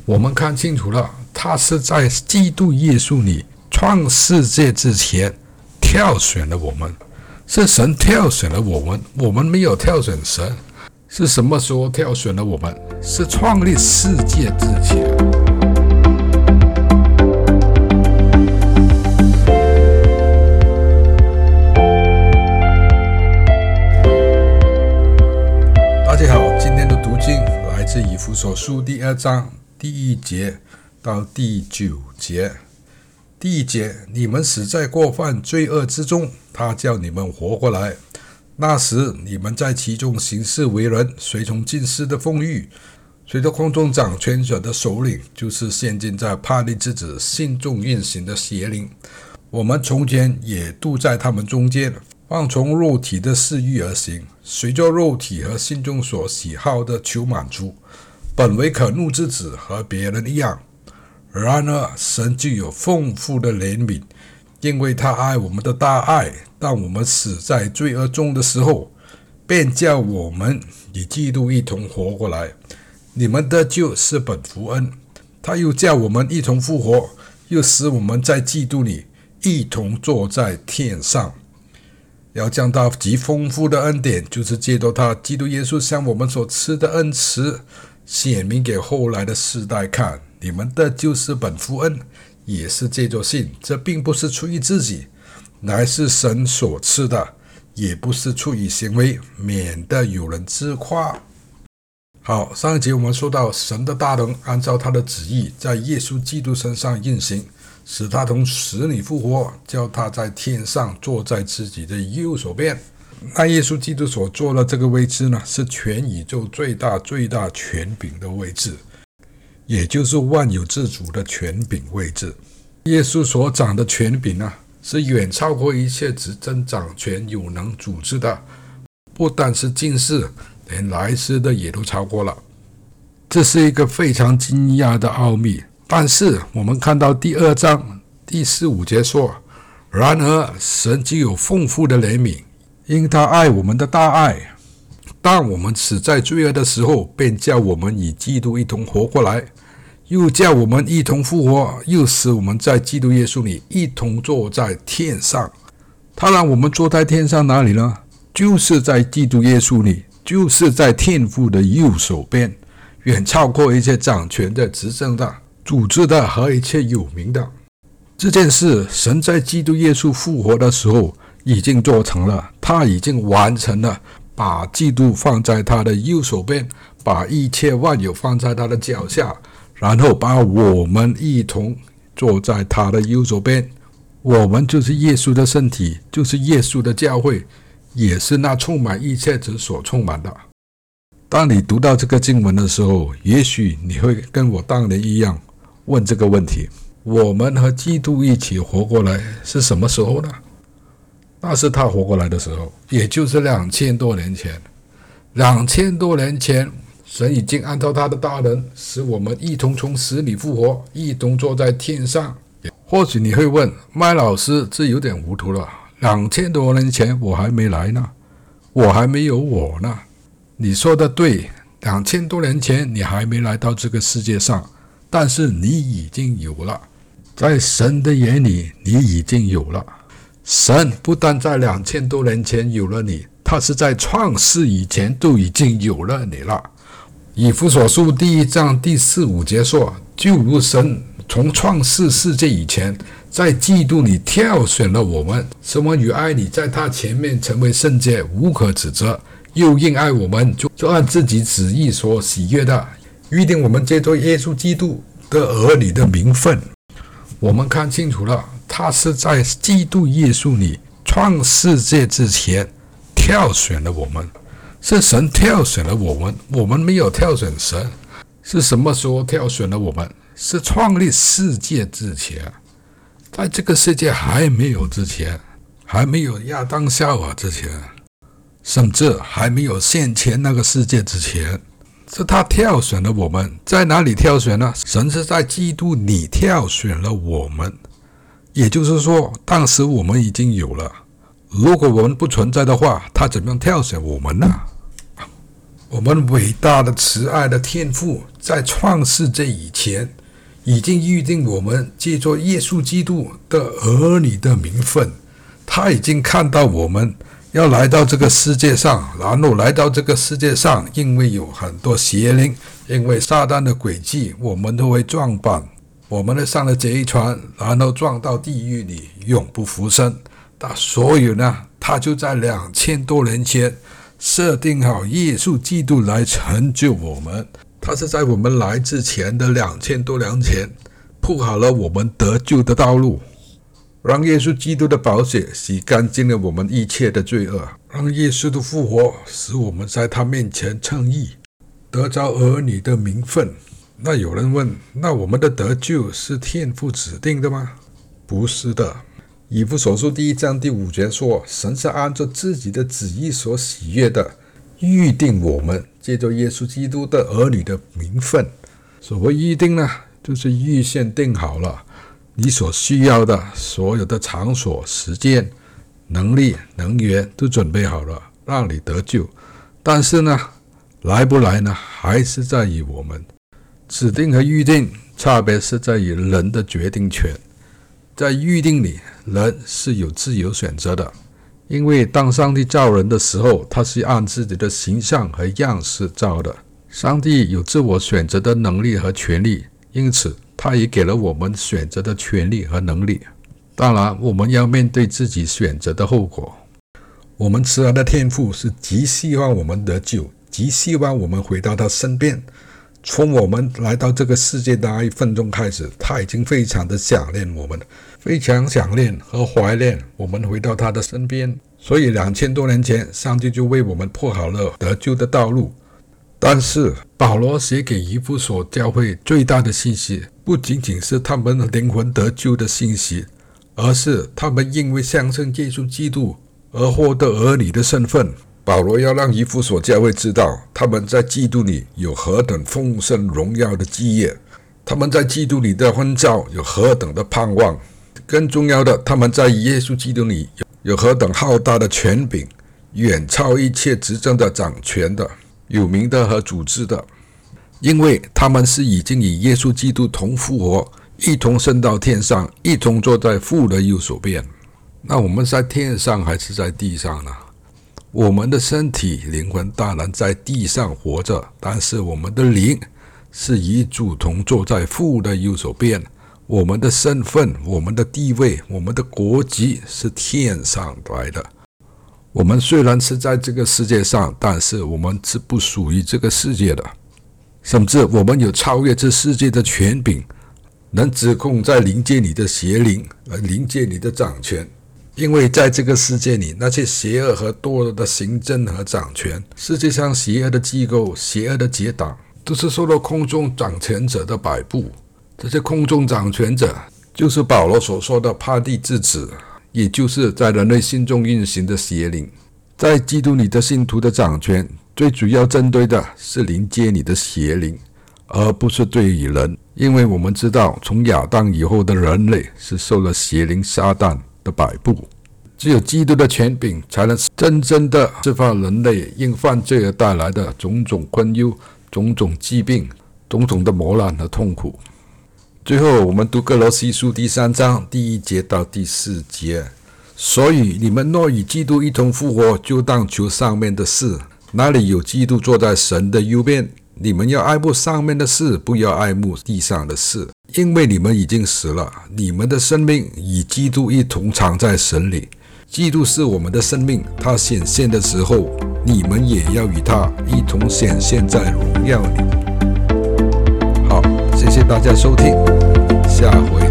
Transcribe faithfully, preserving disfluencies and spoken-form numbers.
我们看清楚了，他是在基督耶稣里创世界之前挑选了我们，是神挑选了我们，我们没有挑选神。是什么时候挑选了我们？是创立世界之前。大家好，今天的读经来自以弗所书第二章第一节到第九节。第一节，你们死在过犯罪恶之中，他叫你们活过来。那时你们在其中行事为人，随从今世的风欲，随着空中掌权者的首领，就是现今在叛逆之子心中运行的邪灵。我们从前也度在他们中间，放从肉体的私欲而行，随着肉体和心中所喜好的求满足，本为可怒之子，和别人一样。然而神具有丰富的怜悯，因为他爱我们的大爱，当我们死在罪恶中的时候，便叫我们与基督一同活过来。你们得救是本福恩，他又叫我们一同复活，又使我们在基督里一同坐在天上。要将他极丰富的恩典，就是借着他基督耶稣向我们所赐的恩慈，显明给后来的世代看。你们得救是本福恩，也是借着信，这并不是出于自己，乃是神所赐的，也不是出于行为，免得有人自夸。好，上一节我们说到神的大能按照他的旨意在耶稣基督身上运行，使他从死里复活，叫他在天上坐在自己的右手边。那耶稣基督所坐的这个位置呢，是全宇宙最大最大权柄的位置，也就是万有之主的权柄位置。耶稣所掌的权柄呢，是远超过一切执政掌权有能组织的，不但是今世，连来世的也都超过了。这是一个非常惊讶的奥秘。但是我们看到第二章第十五节说，然而神具有丰富的怜悯，因他爱我们的大爱，当我们死在罪恶的时候，便叫我们与基督一同活过来，又叫我们一同复活，又使我们在基督耶稣里一同坐在天上。他让我们坐在天上哪里呢？就是在基督耶稣里，就是在天父的右手边，远超过一切掌权的、执政的、组织的和一切有名的。这件事神在基督耶稣复活的时候已经做成了，他已经完成了，把基督放在他的右手边，把一切万有放在他的脚下，然后把我们一同坐在他的右手边。我们就是耶稣的身体，就是耶稣的教会，也是那充满一切之所充满的。当你读到这个经文的时候，也许你会跟我当年一样问这个问题，我们和基督一起活过来是什么时候呢？那是他活过来的时候，也就是两千多年前。两千多年前，神已经按照他的大能，使我们一同从死里复活，一同坐在天上。或许你会问，麦老师，这有点糊涂了，两千多年前我还没来呢，我还没有我呢。你说的对，两千多年前你还没来到这个世界上，但是你已经有了，在神的眼里你已经有了。神不但在两千多年前有了你，他是在创世以前都已经有了你了。以弗所书第一章第四五节说，就如神从创世世界以前，在基督里挑选了我们，使我们与爱你在他前面成为圣洁，无可指责。又因爱我们，就按自己旨意所喜悦的，预定我们接受耶稣基督的儿女的名分。我们看清楚了，他是在基督耶稣里创世界之前挑选了我们，是神挑选了我们，我们没有挑选神。是什么时候挑选了我们？是创立世界之前，在这个世界还没有之前，还没有亚当夏娃之前，甚至还没有先前那个世界之前，是他挑选了我们。在哪里挑选呢？神是在基督里挑选了我们，也就是说，当时我们已经有了。如果我们不存在的话，他怎么样挑选我们呢？ 我们伟大的慈爱的天父在创世这以前，已经预定我们借着耶稣基督的儿女的名分。他已经看到我们要来到这个世界上，然后来到这个世界上，因为有很多邪灵，因为撒旦的诡计，我们都会撞板，我们上了这一船，然后撞到地狱里，永不复生。那所以呢，他就在两千多年前设定好耶稣基督来成就我们。他是在我们来之前的两千多年前铺好了我们得救的道路，让耶稣基督的宝血洗干净了我们一切的罪恶，让耶稣的复活使我们在他面前称义，得着儿女的名分。那有人问，那我们的得救是天父指定的吗？不是的。以弗所书第一章第五节说，神是按照自己的旨意所喜悦的，预定我们借着耶稣基督的儿女的名分。所谓预定呢，就是预先定好了你所需要的所有的场所、时间、能力、能源都准备好了，让你得救。但是呢，来不来呢，还是在于我们。指定和预定差别是在于人的决定权。在预定里，人是有自由选择的，因为当上帝造人的时候，他是按自己的形象和样式造的。上帝有自我选择的能力和权利，因此他也给了我们选择的权利和能力。当然，我们要面对自己选择的后果。我们慈爱的天父是极希望我们得救，极希望我们回到他身边。从我们来到这个世界的那一分钟开始，他已经非常的想念我们，非常想念和怀念我们回到他的身边。所以两千多年前，上帝就为我们铺好了得救的道路。但是保罗写给以弗所教会最大的信息，不仅仅是他们灵魂得救的信息，而是他们因为相信耶稣基督而获得儿女的身份。保罗要让以弗所教会知道，他们在基督里有何等丰盛荣耀的基业，他们在基督里的婚召有何等的盼望，更重要的，他们在耶稣基督里有何等浩大的权柄，远超一切执政的、掌权的、有名的和组织的，因为他们是已经与耶稣基督同复活，一同升到天上，一同坐在父的右手边。那我们在天上还是在地上呢？我们的身体、灵魂当然在地上活着，但是我们的灵是与主同坐在父的右手边。我们的身份、我们的地位、我们的国籍是天上来的。我们虽然是在这个世界上，但是我们是不属于这个世界的，甚至我们有超越这世界的权柄，能指控在临界你的邪灵，来临界你的掌权。因为在这个世界里，那些邪恶和堕落的行政和掌权，世界上邪恶的机构、邪恶的结党，都是受到空中掌权者的摆布。这些空中掌权者，就是保罗所说的帕蒂之子，也就是在人类心中运行的邪灵。在基督里的信徒的掌权，最主要针对的是临界你的邪灵，而不是对于人。因为我们知道，从亚当以后的人类是受了邪灵撒旦的摆布，只有基督的权柄才能真正的释放人类因犯罪而带来的种种困忧、种种疾病、种种的磨难和痛苦。最后，我们读歌罗西书第三章第一节到第四节。所以你们若与基督一同复活，就当求上面的事，那里有基督坐在神的右边。你们要爱慕上面的事，不要爱慕地上的事，因为你们已经死了，你们的生命与基督一同藏在神里。基督是我们的生命，他显现的时候，你们也要与他一同显现在荣耀里。好，谢谢大家收听，下回